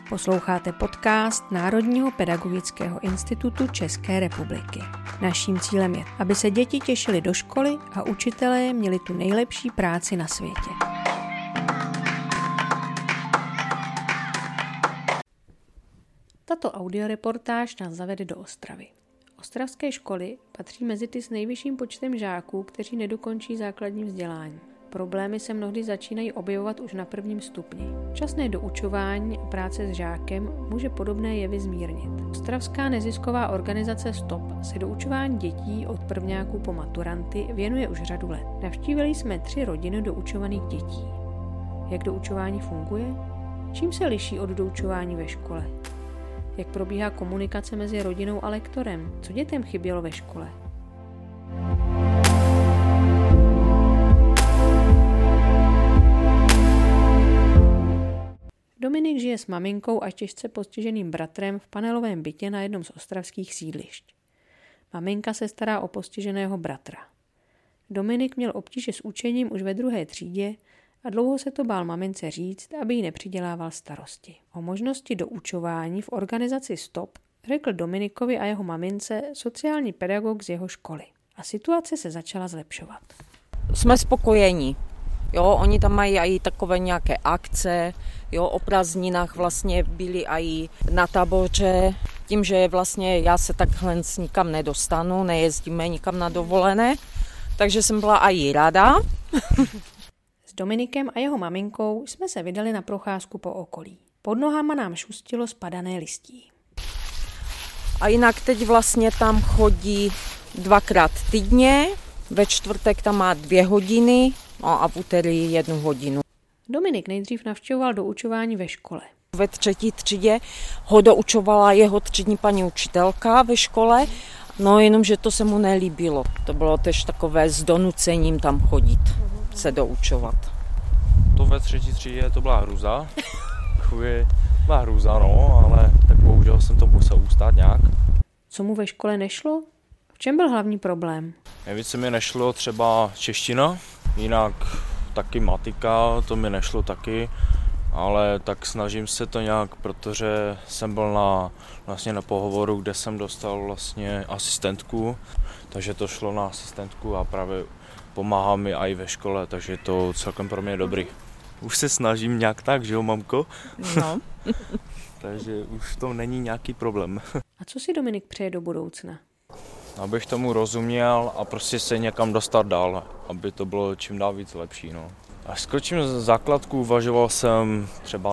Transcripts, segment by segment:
Posloucháte podcast Národního pedagogického institutu České republiky. Naším cílem je, aby se děti těšily do školy a učitelé měli tu nejlepší práci na světě. Tato audioreportáž nás zavede do Ostravy. Ostravské školy patří mezi ty s nejvyšším počtem žáků, kteří nedokončí základní vzdělání. Problémy se mnohdy začínají objevovat už na prvním stupni. Časné doučování a práce s žákem může podobné jevy zmírnit. Ostravská nezisková organizace STOP se doučování dětí od prvňáků po maturanty věnuje už řadu let. Navštívili jsme 3 rodiny doučovaných dětí. Jak doučování funguje? Čím se liší od doučování ve škole? Jak probíhá komunikace mezi rodinou a lektorem? Co dětem chybělo ve škole? Dominik žije s maminkou a těžce postiženým bratrem v panelovém bytě na jednom z ostravských sídlišť. Maminka se stará o postiženého bratra. Dominik měl obtíže s učením už ve 2. třídě a dlouho se to bál mamince říct, aby jí nepřidělával starosti. O možnosti doučování v organizaci STOP řekl Dominikovi a jeho mamince sociální pedagog z jeho školy. A situace se začala zlepšovat. Jsme spokojení. Jo, oni tam mají i takové nějaké akce, jo, o prázdninách vlastně byli i na táboře. Tím, že vlastně já se takhle nikam nedostanu, nejezdíme nikam na dovolené, takže jsem byla i ráda. S Dominikem a jeho maminkou jsme se vydali na procházku po okolí. Pod nohama nám šustilo spadané listí. A jinak teď vlastně tam chodí 2krát týdně, ve čtvrtek tam má 2 hodiny, no a v úterý 1 hodinu. Dominik nejdřív navštěvoval doučování ve škole. Ve 3. třídě ho doučovala jeho třídní paní učitelka ve škole, no jenomže to se mu nelíbilo. To bylo tež takové s donucením tam chodit, se doučovat. To ve 3. třídě to byla hrůza. Byla hrůza, no, ale tak bohužel jsem to musel ustát nějak. Co mu ve škole nešlo? V čem byl hlavní problém? Nejvíce mi nešlo třeba čeština, jinak taky matika, to mi nešlo taky, ale tak snažím se to nějak, protože jsem byl na pohovoru, kde jsem dostal vlastně asistentku, takže to šlo na asistentku a právě pomáhá mi i ve škole, takže je to celkem pro mě dobrý. Už se snažím nějak tak, že jo, mamko? No. Takže už to není nějaký problém. A co si Dominik přeje do budoucna? Abych tomu rozuměl a prostě se někam dostat dál, aby to bylo čím dál víc lepší. No. Až skočím z základku, uvažoval jsem třeba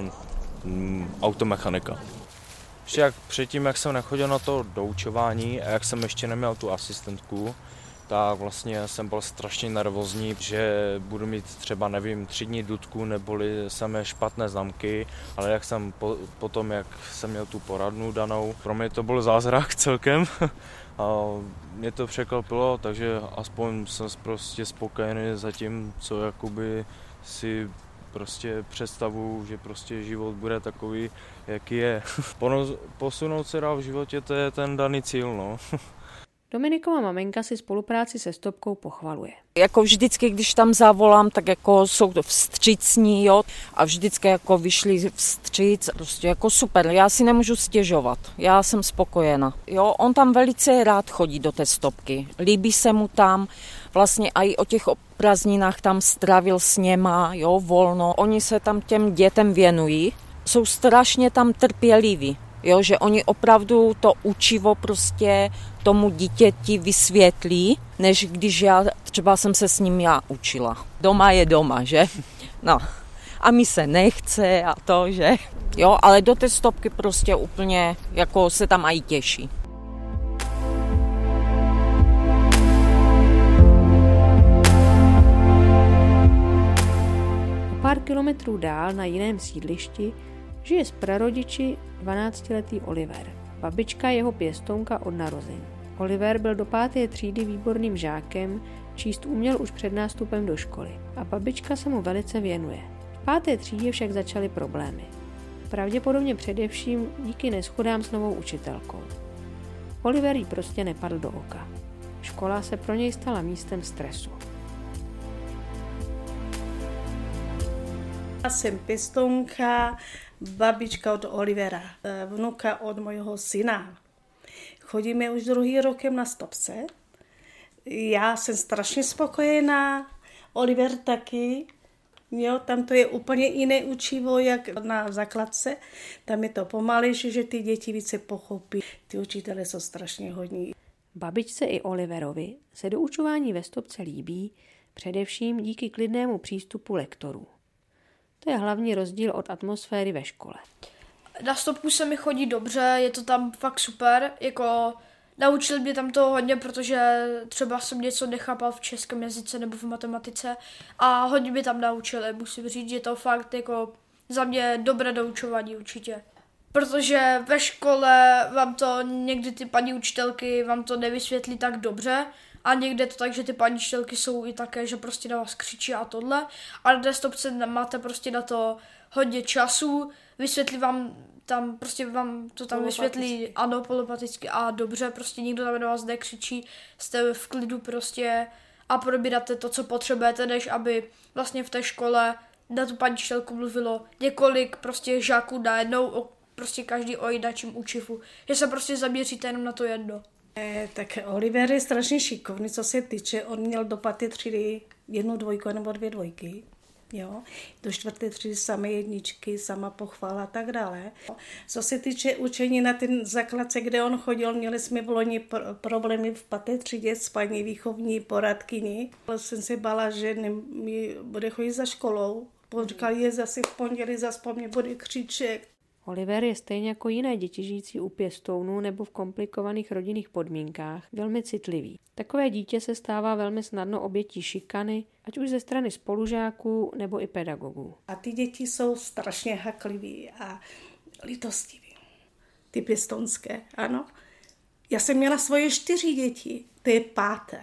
automechanika. Ještě předtím, jak jsem nechodil na to doučování a jak jsem ještě neměl tu asistentku, tak vlastně jsem byl strašně nervózní, že budu mít třeba, nevím, 3 dní dudku neboli samé špatné známky, ale jak jsem potom, jak jsem měl tu poradnu danou, pro mě to byl zázrak celkem a mě to překvapilo, takže aspoň jsem prostě spokojený za tím, co jakoby si prostě představu, že prostě život bude takový, jaký je. Posunout se dál v životě, to je ten daný cíl, no. Dominikova maminka si spolupráci se Stopkou pochvaluje. Jako vždycky, když tam zavolám, tak jako jsou to vstřícní, jo, a vždycky jako vyšli vstříc, prostě jako super, já si nemůžu stěžovat, já jsem spokojena. Jo, on tam velice rád chodí do té Stopky, líbí se mu tam, vlastně i o těch prázdninách tam strávil s něma, jo, volno, oni se tam těm dětem věnují, jsou strašně tam trpěliví. Jo, že oni opravdu to učivo prostě tomu dítěti vysvětlí, než když já třeba jsem se s ním já učila. Doma je doma, že? No. A mi se nechce a to, že? Jo, ale do té Stopky prostě úplně jako se tam aj těší. O pár kilometrů dál na jiném sídlišti žije s prarodiči 12letý Oliver. Babička je jeho pěstounka od narození. Oliver byl do 5. třídy výborným žákem, číst uměl už před nástupem do školy a babička se mu velice věnuje. V 5. třídě však začaly problémy. Pravděpodobně především díky neshodám s novou učitelkou. Oliver jí prostě nepadl do oka. Škola se pro něj stala místem stresu. Já jsem pěstounka babička od Olivera, vnuka od mojho syna. Chodíme už druhý rokem na stopce. Já jsem strašně spokojená, Oliver taky. Jo, tam to je úplně jiné učivo, jak na základce. Tam je to pomalejší, že ty děti více pochopí. Ty učitelé jsou strašně hodní. Babičce i Oliverovi se doučování ve stopce líbí, především díky klidnému přístupu lektorů. To je hlavní rozdíl od atmosféry ve škole. Na stopku se mi chodí dobře, je to tam fakt super, jako naučili mě tam to hodně, protože třeba jsem něco nechápal v českém jazyce nebo v matematice a hodně mě tam naučili, musím říct, že to fakt jako za mě dobré doučování určitě. Protože ve škole vám to někdy ty paní učitelky vám to nevysvětlí tak dobře a někde to tak, že ty paní učitelky jsou i také, že prostě na vás křičí a tohle. A na stopce máte prostě na to hodně času, vysvětlí vám tam, prostě vám to tam vysvětlí, ano, polopaticky a dobře, prostě nikdo tam na vás nekřičí, jste v klidu prostě a probíráte to, co potřebujete, než aby vlastně v té škole na tu paní učitelku mluvilo několik prostě žáků najednou, prostě každý o jináčím učivu, že se prostě zaměříte jenom na to jedno. Tak Oliver je strašně šikovný, co se týče, on měl do 5. třídy 1 2 nebo 2 2. Jo, do 4. třídy samé jedničky, sama pochvala a tak dále. Co se týče učení na ten základce, kde on chodil, měli jsme v loni problémy v 5. třídě s paní výchovní poradkyní. Jsem se bála, že mi bude chodit za školou. On říkal, je zase v pondělí, zase po mně bude křičet. Oliver je stejně jako jiné děti žijící u pěstounů nebo v komplikovaných rodinných podmínkách velmi citlivý. Takové dítě se stává velmi snadno obětí šikany, ať už ze strany spolužáků nebo i pedagogů. A ty děti jsou strašně hakliví a litostiví. Ty pěstounské, ano. Já jsem měla svoje 4 děti, to je 5.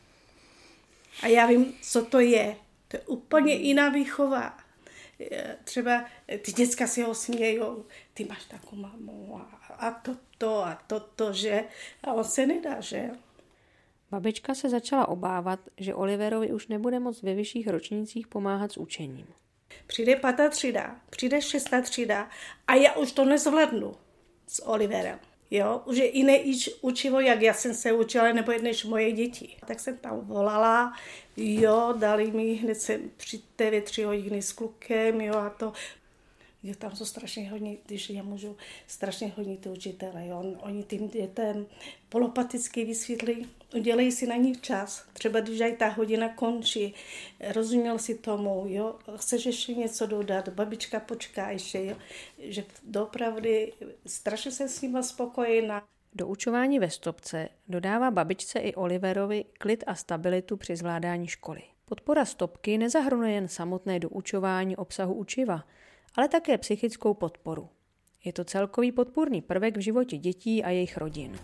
A já vím, co to je. To je úplně jiná výchova. Třeba ty děcka si ho smějou, ty máš takovou mamu a toto, že? A on se nedá, že? Babička se začala obávat, že Oliverovi už nebude moc ve vyšších ročnících pomáhat s učením. Přijde 5. třída, přijde 6. třída a já už to nezvládnu s Oliverem. Jo, už je jiné učivo, jak já jsem se učila, nebo než moje děti. Tak jsem tam volala, jo, dali mi, hned jsem přijďte ve 3 hodiny s klukem, jo, a to. Jo, tam jsou strašně hodně, když já můžu, strašně hodně ty učitele, jo. Oni tím dětem polopaticky vysvětlí, udělej si na ní čas. Třeba když aj ta hodina končí, rozuměl si tomu, jo, chceš ještě něco dodat, babička počká ještě, jo, že doopravdy strašně jsem s nima spokojená. Doučování ve stopce dodává babičce i Oliverovi klid a stabilitu při zvládání školy. Podpora stopky nezahrnuje jen samotné doučování obsahu učiva, ale také psychickou podporu. Je to celkový podpůrný prvek v životě dětí a jejich rodin.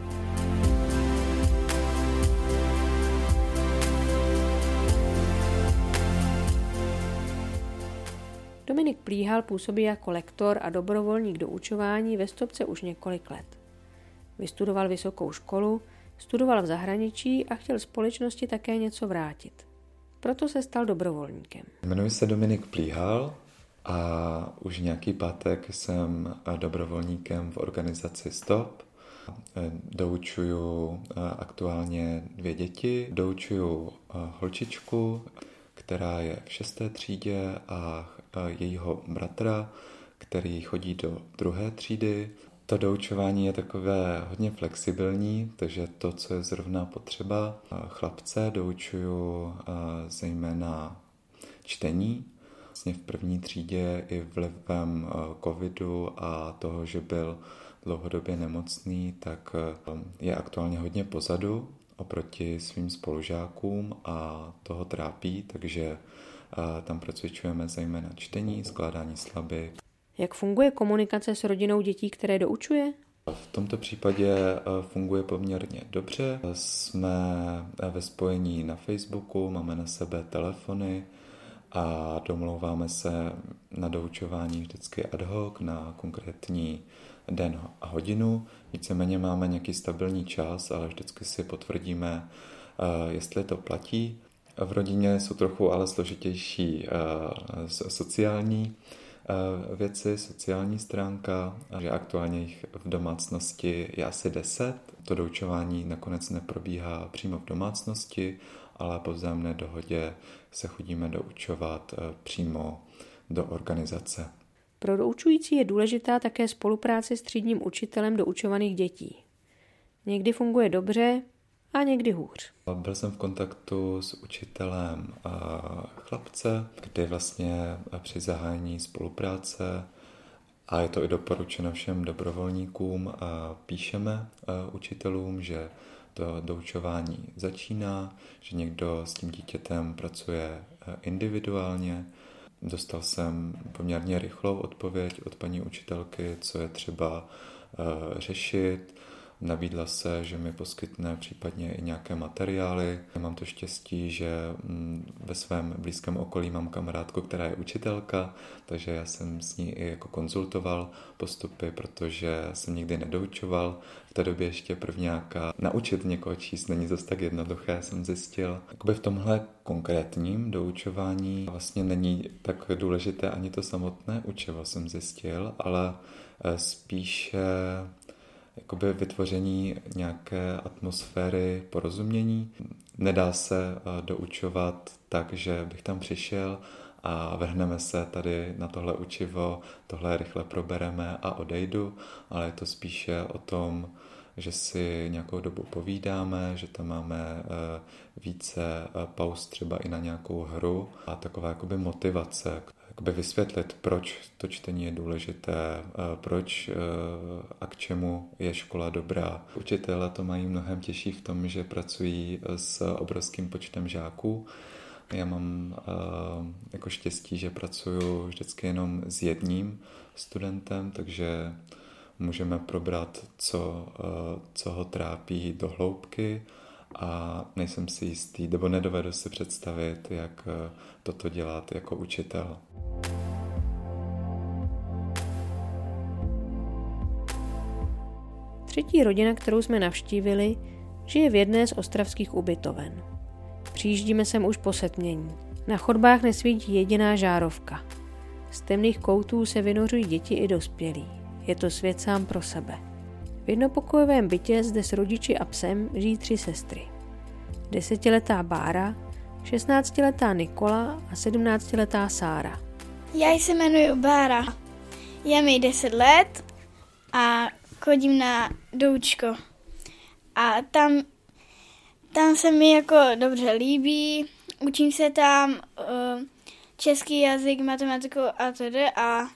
Dominik Plíhal působí jako lektor a dobrovolník doučování ve stopce už několik let. Vystudoval vysokou školu, studoval v zahraničí a chtěl společnosti také něco vrátit. Proto se stal dobrovolníkem. Jmenuji se Dominik Plíhal a už nějaký pátek jsem dobrovolníkem v organizaci STOP. Doučuju aktuálně 2 děti. Doučuju holčičku, která je v 6. třídě a jejího bratra, který chodí do 2. třídy. To doučování je takové hodně flexibilní, takže to, co je zrovna potřeba. Chlapce doučuju zejména čtení. Vlastně v 1. třídě i vlivem covidu a toho, že byl dlouhodobě nemocný, tak je aktuálně hodně pozadu oproti svým spolužákům a toho trápí, takže tam procvičujeme zejména čtení, skládání slabik. Jak funguje komunikace s rodinou dětí, které doučuje? V tomto případě funguje poměrně dobře. Jsme ve spojení na Facebooku, máme na sebe telefony a domlouváme se na doučování vždycky ad hoc na konkrétní den a hodinu. Víceméně máme nějaký stabilní čas, ale vždycky si potvrdíme, jestli to platí. V rodině jsou trochu ale složitější sociální věci, sociální stránka, že aktuálně jich v domácnosti je asi 10. To doučování nakonec neprobíhá přímo v domácnosti, ale po vzájemné dohodě se chodíme doučovat přímo do organizace. Pro doučující je důležitá také spolupráce s třídním učitelem doučovaných dětí. Někdy funguje dobře a někdy hůř. Byl jsem v kontaktu s učitelem chlapce, kdy vlastně při zahájení spolupráce, a je to i doporučeno všem dobrovolníkům, píšeme učitelům, že to doučování začíná, že někdo s tím dítětem pracuje individuálně. Dostal jsem poměrně rychlou odpověď od paní učitelky, co je třeba řešit. Nabídla se, že mi poskytne případně i nějaké materiály. Mám to štěstí, že ve svém blízkém okolí mám kamarádku, která je učitelka, takže já jsem s ní i jako konzultoval postupy, protože jsem nikdy nedoučoval. V té době ještě prvňáka. Naučit někoho číst není zase tak jednoduché, jsem zjistil. Jakoby v tomhle konkrétním doučování vlastně není tak důležité ani to samotné učivo, jsem zjistil, ale spíše jakoby vytvoření nějaké atmosféry porozumění. Nedá se doučovat tak, že bych tam přišel a vrhneme se tady na tohle učivo, tohle rychle probereme a odejdu, ale je to spíše o tom, že si nějakou dobu povídáme, že tam máme více pauz třeba i na nějakou hru a taková jakoby motivace, jakoby vysvětlit, proč to čtení je důležité, proč a k čemu je škola dobrá. Učitelé to mají mnohem těžší v tom, že pracují s obrovským počtem žáků. Já mám jako štěstí, že pracuju vždycky jenom s jedním studentem, takže můžeme probrat, co ho trápí do hloubky a nejsem si jistý, nebo nedovedu si představit, jak toto dělat jako učitel. Třetí rodina, kterou jsme navštívili, žije v jedné z ostravských ubytoven. Přijíždíme sem už po setmění. Na chodbách nesvítí jediná žárovka. Z temných koutů se vynořují děti i dospělí. Je to svět sám pro sebe. V jednopokojovém bytě zde s rodiči a psem žijí 3 sestry. 10letá Bára, 16letá Nikola a 17letá Sára. Já se jmenuji Bára. Je mi 10 let a chodím na doučko. A tam se mi jako dobře líbí. Učím se tam český jazyk, matematiku a tedy a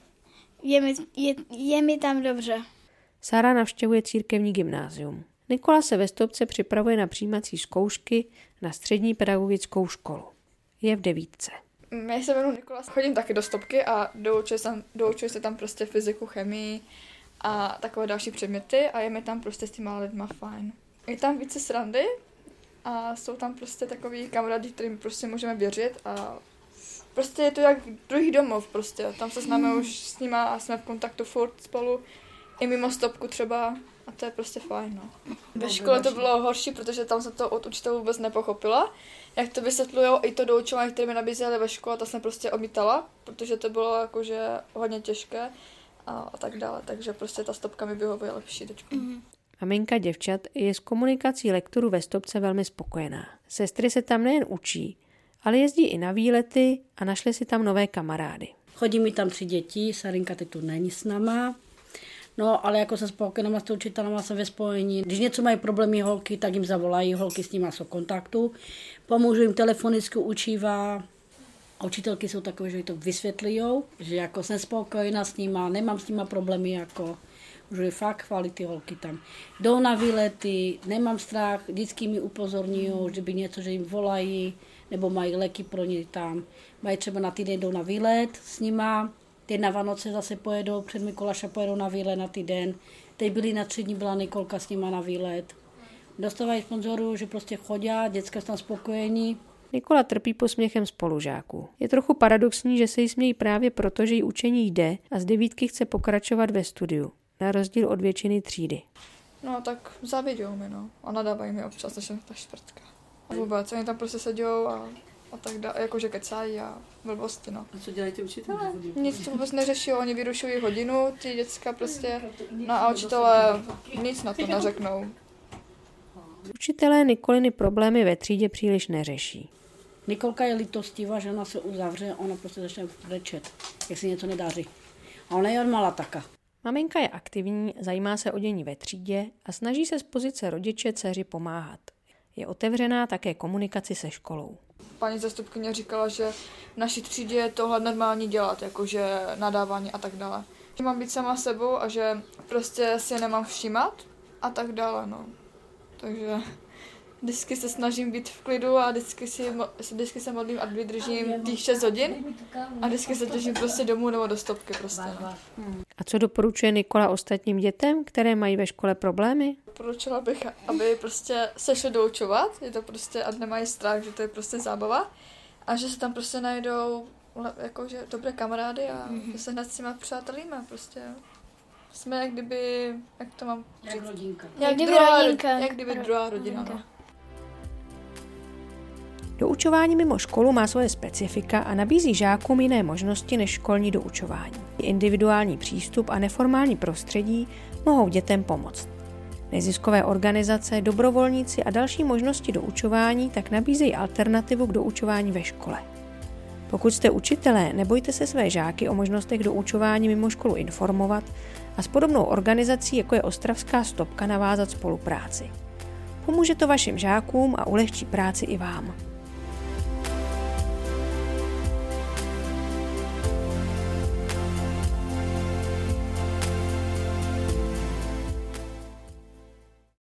je mi tam dobře. Sára navštěvuje církevní gymnázium. Nikola se ve Stopce připravuje na přijímací zkoušky na střední pedagogickou školu. Je v 9. Já se jmenuji Nikola, chodím taky do Stopky a doučuji se tam prostě fyziku, chemii a takové další předměty a je mi tam prostě s těma lidma fajn. Je tam více srandy a jsou tam prostě takový kamarádi, kterým prostě můžeme věřit a prostě je to jak druhý domov prostě. Tam se známe už s nima a jsme v kontaktu furt spolu i mimo Stopku třeba a to je prostě fajn, no. Ve škole to bylo horší, protože tam jsem to od učitelů vůbec nepochopila. Jak to vysvětlujou i to doučování, které mi nabízeli ve škole, to jsem prostě odmítala, protože to bylo jakože hodně těžké a tak dále, takže prostě ta Stopka mi vyhovuje lepší teďko. Maminka děvčat je s komunikací lektorů ve Stopce velmi spokojená. Sestry se tam nejen učí, ale jezdí i na výlety a našly si tam nové kamarády. Chodí mi tam 3 děti, Sarinka teď tu není s náma. No, ale jako jsem spokojená s tou učitelama, jsem ve spojení. Když něco mají problémy holky, tak jim zavolají, holky s nimi jsou v kontaktu. Pomůžu jim telefonicky, učívá. A učitelky jsou takové, že jí to vysvětlujou, že jako jsem spokojená s nima, nemám s nima problémy, jako že fakt chválí ty holky tam. Jdou na výlety, nemám strach, vždycky mi upozorňují, že by něco, že jim volají, nebo mají léky pro ně tam. Mají třeba na týden, jdou na výlet s nima, teď na Vánoce zase pojedou, před Mikuláša pojedou na výlet na týden. Teď byli na 3 dní, byla Nikolka s nima na výlet. Dostávají sponzorů, že prostě chodí, děcka jsou tam spokojení. Nikola trpí posměchem spolužáků. Je trochu paradoxní, že se jí smějí právě proto, že jí učení jde a z 9 chce pokračovat ve studiu, na rozdíl od většiny třídy. No tak závidějou mi, no. A nadávají mi občas, že ta šprtka. Vůbec, oni tam prostě sedějou a a tak dále, jakože kecají a blbosti, no. A co dělají ty učitelé? Nic to vůbec neřeší, oni vyrušují hodinu, ty děcka prostě, no a učitelé nic na to neřeknou. Učitelé Nikoliny problémy ve třídě příliš neřeší. Nikolka je litostivá, že ona se uzavře, ona prostě začne brečet, jak si něco nedáří. A ona je malá taka. Maminka je aktivní, zajímá se o dění ve třídě a snaží se z pozice rodiče dceři pomáhat. Je otevřená také komunikaci se školou. Paní zastupkyně říkala, že v naší třídě je tohle normální dělat, jakože nadávání a tak dále. Že mám být sama sebou a že prostě si je nemám všímat a tak dále, no. Takže vždycky se snažím být v klidu a vždycky se modlím a vydržím těch 6 hodin a vždycky se těším prostě domů nebo do stopky prostě. No. A co doporučuje Nikola ostatním dětem, které mají ve škole problémy? Doporučila bych, aby prostě se šli doučovat, je to prostě, a nemají strach, že to je prostě zábava a že se tam prostě najdou jakože dobré kamarády a že se hned s těma přátelíme prostě. Jsme jak kdyby, jak to mám říct? Jak rodinka. Jak kdyby druhá rodina, no. Doučování mimo školu má svoje specifika a nabízí žákům jiné možnosti než školní doučování. Individuální přístup a neformální prostředí mohou dětem pomoct. Neziskové organizace, dobrovolníci a další možnosti doučování tak nabízejí alternativu k doučování ve škole. Pokud jste učitelé, nebojte se své žáky o možnostech doučování mimo školu informovat a s podobnou organizací, jako je Ostravská stopka, navázat spolupráci. Pomůže to vašim žákům a ulehčí práci i vám.